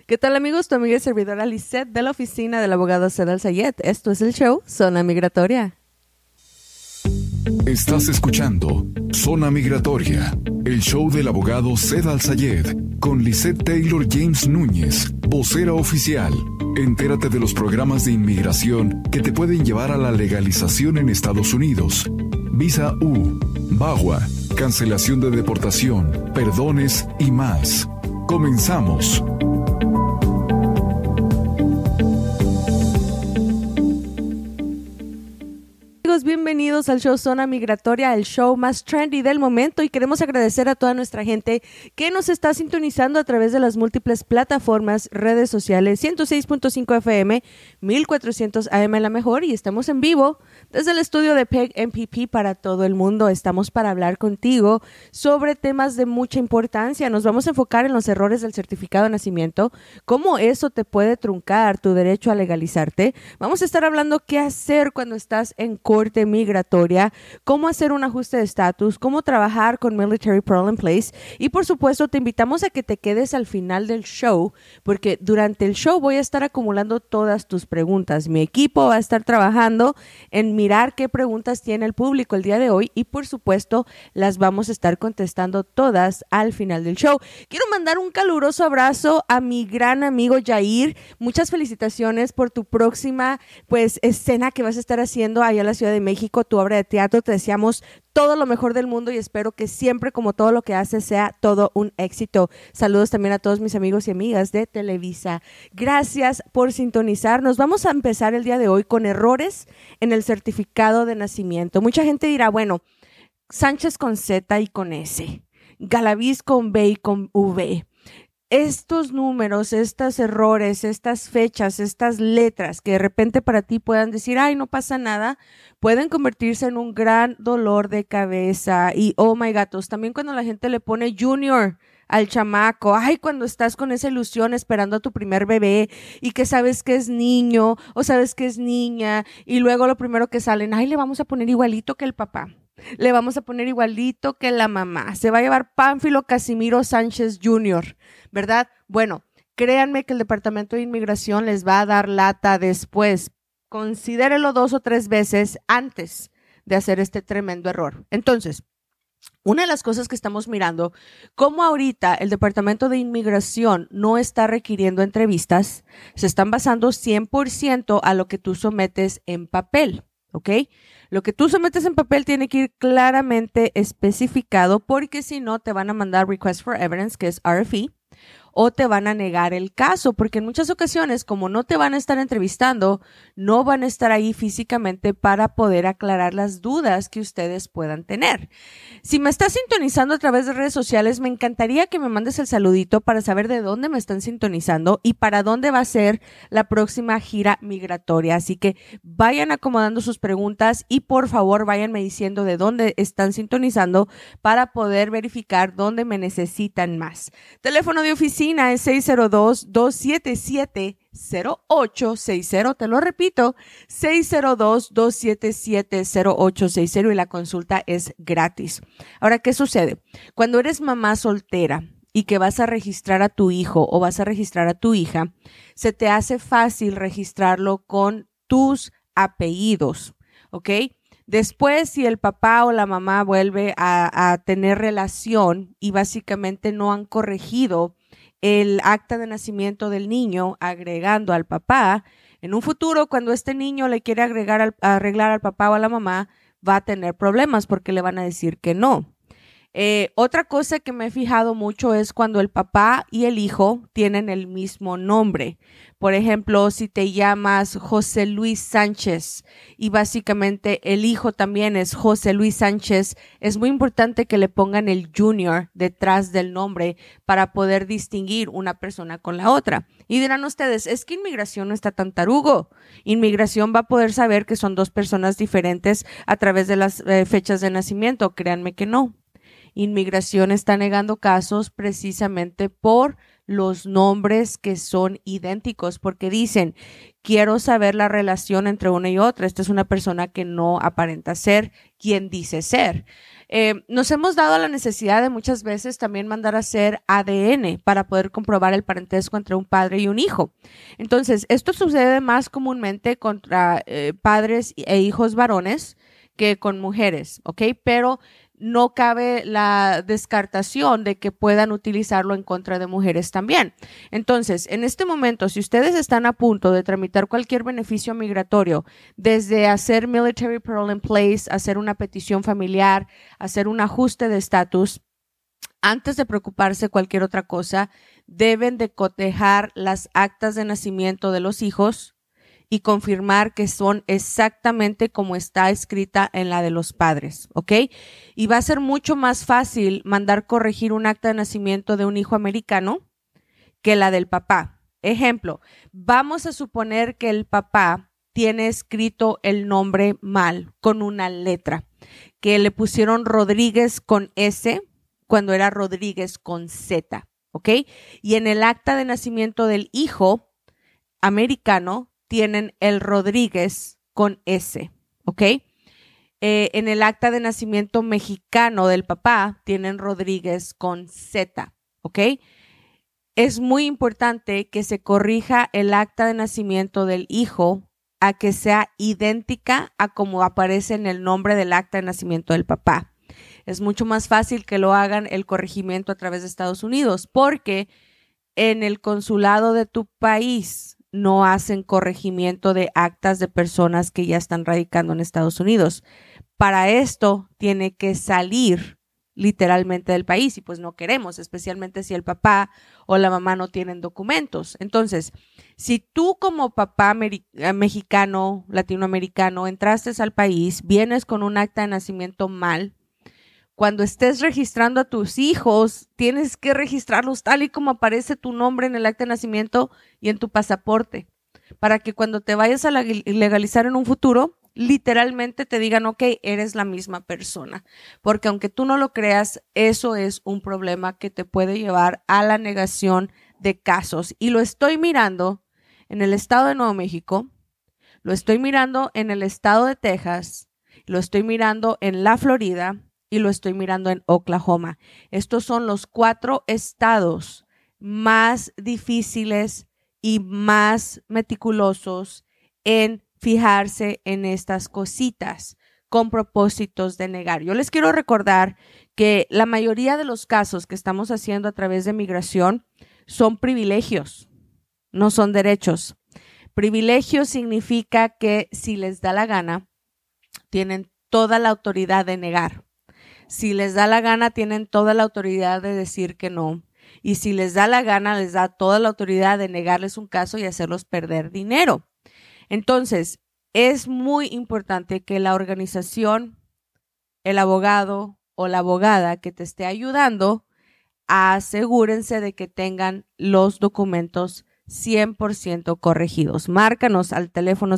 ¿Qué tal, amigos? Tu amiga y servidora Lisette de la oficina del abogado Said Al-Sayed. Esto es el show Zona Migratoria. Estás escuchando Zona Migratoria, el show del abogado Said Al-Sayed con Lisette Taylor James Núñez, vocera oficial. Entérate de los programas de inmigración que te pueden llevar a la legalización en Estados Unidos. Visa U, VAWA, cancelación de deportación, perdones y más. Comenzamos. Bienvenidos al show Zona Migratoria, el show más trendy del momento, y queremos agradecer a toda nuestra gente que nos está sintonizando a través de las múltiples plataformas, redes sociales, 106.5 FM, 1400 AM La Mejor, y estamos en vivo desde el estudio de PEG MPP para todo el mundo. Estamos para hablar contigo sobre temas de mucha importancia. Nos vamos a enfocar en los errores del certificado de nacimiento, cómo eso te puede truncar tu derecho a legalizarte. Vamos a estar hablando qué hacer cuando estás en corte migratoria, cómo hacer un ajuste de estatus, cómo trabajar con Military Parole in Place, y por supuesto te invitamos a que te quedes al final del show, porque durante el show voy a estar acumulando todas tus preguntas. Mi equipo va a estar trabajando en mirar qué preguntas tiene el público el día de hoy, y por supuesto las vamos a estar contestando todas al final del show. Quiero mandar un caluroso abrazo a mi gran amigo Jair. Muchas felicitaciones por tu próxima escena que vas a estar haciendo allá en la Ciudad de México, tu obra de teatro. Te deseamos todo lo mejor del mundo y espero que siempre, como todo lo que haces, sea todo un éxito. Saludos también a todos mis amigos y amigas de Televisa. Gracias por sintonizarnos. Vamos a empezar el día de hoy con errores en el certificado de nacimiento. Mucha gente dirá, bueno, Sánchez con Z y con S, Galaviz con B y con V. Estos números, estos errores, estas fechas, estas letras que de repente para ti puedan decir, ay, no pasa nada, pueden convertirse en un gran dolor de cabeza. Y, oh my gatos, también cuando la gente le pone junior al chamaco, ay, cuando estás con esa ilusión esperando a tu primer bebé y que sabes que es niño o sabes que es niña, y luego lo primero que salen, ay, le vamos a poner igualito que el papá. Le vamos a poner igualito que la mamá. Se va a llevar Pánfilo Casimiro Sánchez Jr., ¿verdad? Bueno, créanme que el Departamento de Inmigración les va a dar lata después. Considérelo 2 o 3 veces antes de hacer este tremendo error. Entonces, una de las cosas que estamos mirando, como ahorita el Departamento de Inmigración no está requiriendo entrevistas, se están basando 100% a lo que tú sometes en papel, ¿ok? Lo que tú sometes en papel tiene que ir claramente especificado, porque si no te van a mandar Request for Evidence, que es RFE, o te van a negar el caso, porque en muchas ocasiones, como no te van a estar entrevistando, no van a estar ahí físicamente para poder aclarar las dudas que ustedes puedan tener. Si me estás sintonizando a través de redes sociales, me encantaría que me mandes el saludito para saber de dónde me están sintonizando y para dónde va a ser la próxima gira migratoria. Así que vayan acomodando sus preguntas y por favor váyanme diciendo de dónde están sintonizando para poder verificar dónde me necesitan más. Teléfono de oficina es 602-277-0860. Te lo repito, 602-277-0860, y la consulta es gratis. Ahora, ¿qué sucede? Cuando eres mamá soltera y que vas a registrar a tu hijo o vas a registrar a tu hija, se te hace fácil registrarlo con tus apellidos, ¿ok? Después, si el papá o la mamá vuelve a tener relación y básicamente no han corregido el acta de nacimiento del niño agregando al papá, en un futuro cuando este niño le quiere arreglar al papá o a la mamá, va a tener problemas porque le van a decir que no. Otra cosa que me he fijado mucho es cuando el papá y el hijo tienen el mismo nombre. Por ejemplo, si te llamas José Luis Sánchez y básicamente el hijo también es José Luis Sánchez, es muy importante que le pongan el junior detrás del nombre para poder distinguir una persona con la otra. Y dirán ustedes, es que inmigración no está tan tarugo. Inmigración va a poder saber que son dos personas diferentes a través de las fechas de nacimiento. Créanme que no. Inmigración está negando casos precisamente por los nombres que son idénticos, porque dicen, quiero saber la relación entre una y otra. Esta es una persona que no aparenta ser quien dice ser. Nos hemos dado la necesidad de muchas veces también mandar a hacer ADN para poder comprobar el parentesco entre un padre y un hijo. Entonces, esto sucede más comúnmente contra padres e hijos varones que con mujeres, ¿ok? Pero no cabe la descartación de que puedan utilizarlo en contra de mujeres también. Entonces, en este momento, si ustedes están a punto de tramitar cualquier beneficio migratorio, desde hacer military parole in place, hacer una petición familiar, hacer un ajuste de estatus, antes de preocuparse cualquier otra cosa, deben de cotejar las actas de nacimiento de los hijos y confirmar que son exactamente como está escrita en la de los padres, ¿ok? Y va a ser mucho más fácil mandar corregir un acta de nacimiento de un hijo americano que la del papá. Ejemplo, vamos a suponer que el papá tiene escrito el nombre mal, con una letra, que le pusieron Rodríguez con S cuando era Rodríguez con Z, ¿ok? Y en el acta de nacimiento del hijo americano tienen el Rodríguez con S, ¿ok? En el acta de nacimiento mexicano del papá tienen Rodríguez con Z, ¿ok? Es muy importante que se corrija el acta de nacimiento del hijo a que sea idéntica a como aparece en el nombre del acta de nacimiento del papá. Es mucho más fácil que lo hagan el corregimiento a través de Estados Unidos, porque en el consulado de tu país no hacen corregimiento de actas de personas que ya están radicando en Estados Unidos. Para esto tiene que salir literalmente del país y pues no queremos, especialmente si el papá o la mamá no tienen documentos. Entonces, si tú como papá mexicano, latinoamericano, entraste al país, vienes con un acta de nacimiento mal, cuando estés registrando a tus hijos, tienes que registrarlos tal y como aparece tu nombre en el acta de nacimiento y en tu pasaporte, para que cuando te vayas a legalizar en un futuro, literalmente te digan, ok, eres la misma persona. Porque aunque tú no lo creas, eso es un problema que te puede llevar a la negación de casos. Y lo estoy mirando en el estado de Nuevo México, lo estoy mirando en el estado de Texas, lo estoy mirando en la Florida, y lo estoy mirando en Oklahoma. Estos son los 4 estados más difíciles y más meticulosos en fijarse en estas cositas con propósitos de negar. Yo les quiero recordar que la mayoría de los casos que estamos haciendo a través de migración son privilegios, no son derechos. Privilegio significa que si les da la gana, tienen toda la autoridad de negar. Si les da la gana, tienen toda la autoridad de decir que no. Y si les da la gana, les da toda la autoridad de negarles un caso y hacerlos perder dinero. Entonces, es muy importante que la organización, el abogado o la abogada que te esté ayudando, asegúrense de que tengan los documentos 100% corregidos. Márcanos al teléfono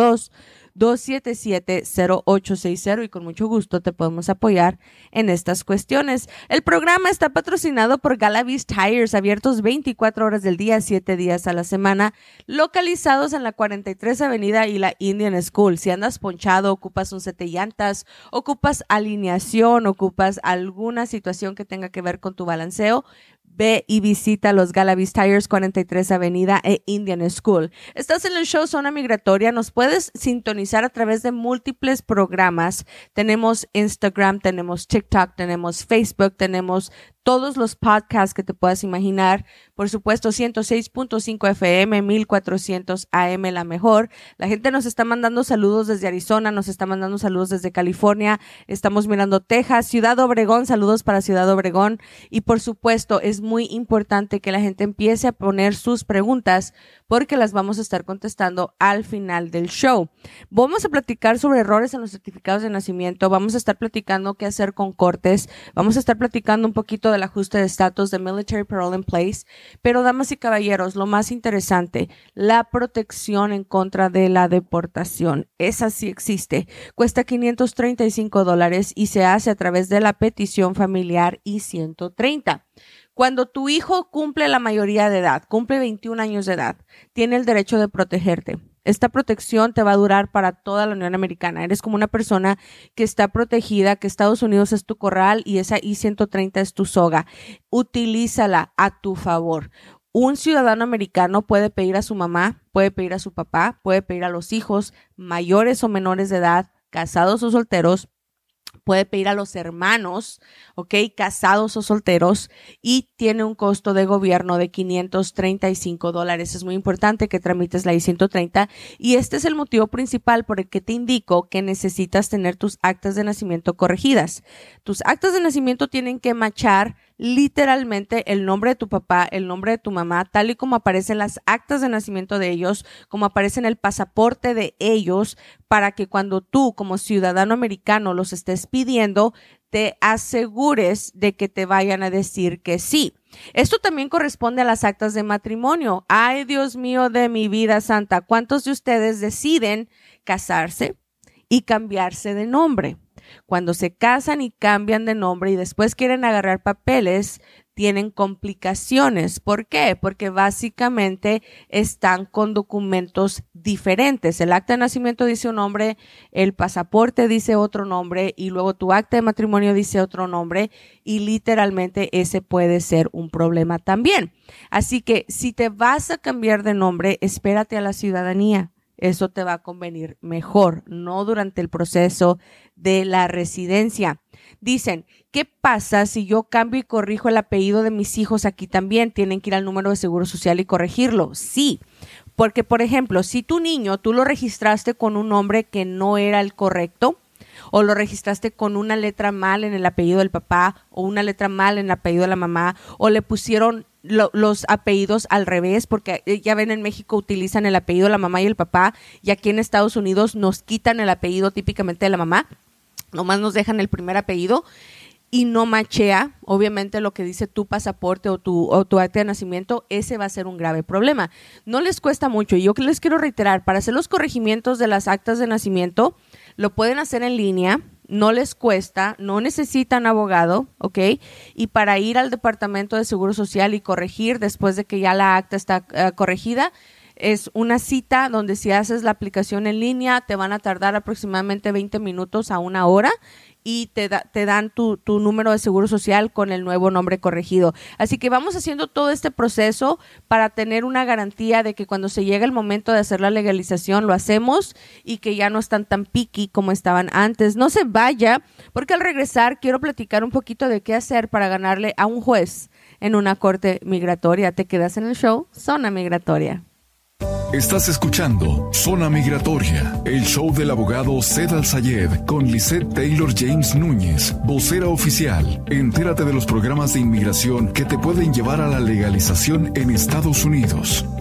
602-277-0860 y con mucho gusto te podemos apoyar en estas cuestiones. El programa está patrocinado por Galavis Tires, abiertos 24 horas del día, 7 días a la semana, localizados en la 43 Avenida y la Indian School. Si andas ponchado, ocupas un set de llantas, ocupas alineación, ocupas alguna situación que tenga que ver con tu balanceo, ve y visita los Galavis Tires, 43 Avenida e Indian School. Estás en el show Zona Migratoria. Nos puedes sintonizar a través de múltiples programas. Tenemos Instagram, tenemos TikTok, tenemos Facebook, tenemos todos los podcasts que te puedas imaginar. Por supuesto, 106.5 FM, 1400 AM, la mejor. La gente nos está mandando saludos desde Arizona, nos está mandando saludos desde California. Estamos mirando Texas, Ciudad Obregón, saludos para Ciudad Obregón. Y por supuesto, es muy importante que la gente empiece a poner sus preguntas porque las vamos a estar contestando al final del show. Vamos a platicar sobre errores en los certificados de nacimiento, vamos a estar platicando qué hacer con cortes, vamos a estar platicando un poquito del ajuste de estatus de Military Parole in Place, pero damas y caballeros, lo más interesante, la protección en contra de la deportación. Esa sí existe, cuesta $535 y se hace a través de la petición familiar I-130. Cuando tu hijo cumple la mayoría de edad, cumple 21 años de edad, tiene el derecho de protegerte. Esta protección te va a durar para toda la Unión Americana. Eres como una persona que está protegida, que Estados Unidos es tu corral y esa I-130 es tu soga. Utilízala a tu favor. Un ciudadano americano puede pedir a su mamá, puede pedir a su papá, puede pedir a los hijos mayores o menores de edad, casados o solteros, puede pedir a los hermanos, ¿ok? Casados o solteros, y tiene un costo de gobierno de $535. Es muy importante que tramites la I-130 y este es el motivo principal por el que te indico que necesitas tener tus actas de nacimiento corregidas. Tus actas de nacimiento tienen que matchar literalmente el nombre de tu papá, el nombre de tu mamá, tal y como aparecen las actas de nacimiento de ellos, como aparece en el pasaporte de ellos, para que cuando tú como ciudadano americano los estés pidiendo, te asegures de que te vayan a decir que sí. Esto también corresponde a las actas de matrimonio. Ay, Dios mío de mi vida santa, ¿cuántos de ustedes deciden casarse y cambiarse de nombre? Cuando se casan y cambian de nombre y después quieren agarrar papeles, tienen complicaciones. ¿Por qué? Porque básicamente están con documentos diferentes. El acta de nacimiento dice un nombre, el pasaporte dice otro nombre y luego tu acta de matrimonio dice otro nombre y literalmente ese puede ser un problema también. Así que si te vas a cambiar de nombre, espérate a la ciudadanía. Eso te va a convenir mejor, no durante el proceso de la residencia. Dicen, ¿qué pasa si yo cambio y corrijo el apellido de mis hijos aquí también? ¿Tienen que ir al número de seguro social y corregirlo? Sí, porque por ejemplo, si tu niño tú lo registraste con un nombre que no era el correcto, o lo registraste con una letra mal en el apellido del papá o una letra mal en el apellido de la mamá, o le pusieron los apellidos al revés, porque ya ven, en México utilizan el apellido de la mamá y el papá, y aquí en Estados Unidos nos quitan el apellido típicamente de la mamá, nomás nos dejan el primer apellido y no machea, obviamente, lo que dice tu pasaporte o tu acta de nacimiento. Ese va a ser un grave problema. No les cuesta mucho, y yo les quiero reiterar, para hacer los corregimientos de las actas de nacimiento, lo pueden hacer en línea, no les cuesta, no necesitan abogado, ¿ok? Y para ir al Departamento de Seguro Social y corregir después de que ya la acta está corregida, es una cita donde si haces la aplicación en línea te van a tardar aproximadamente 20 minutos a una hora y te dan tu número de seguro social con el nuevo nombre corregido. Así que vamos haciendo todo este proceso para tener una garantía de que cuando se llega el momento de hacer la legalización lo hacemos y que ya no están tan picky como estaban antes. No se vaya, porque al regresar quiero platicar un poquito de qué hacer para ganarle a un juez en una corte migratoria. Te quedas en el show Zona Migratoria. Estás escuchando Zona Migratoria, el show del abogado Zed Al-Sayed con Lisette Taylor James Núñez, vocera oficial. Entérate de los programas de inmigración que te pueden llevar a la legalización en Estados Unidos.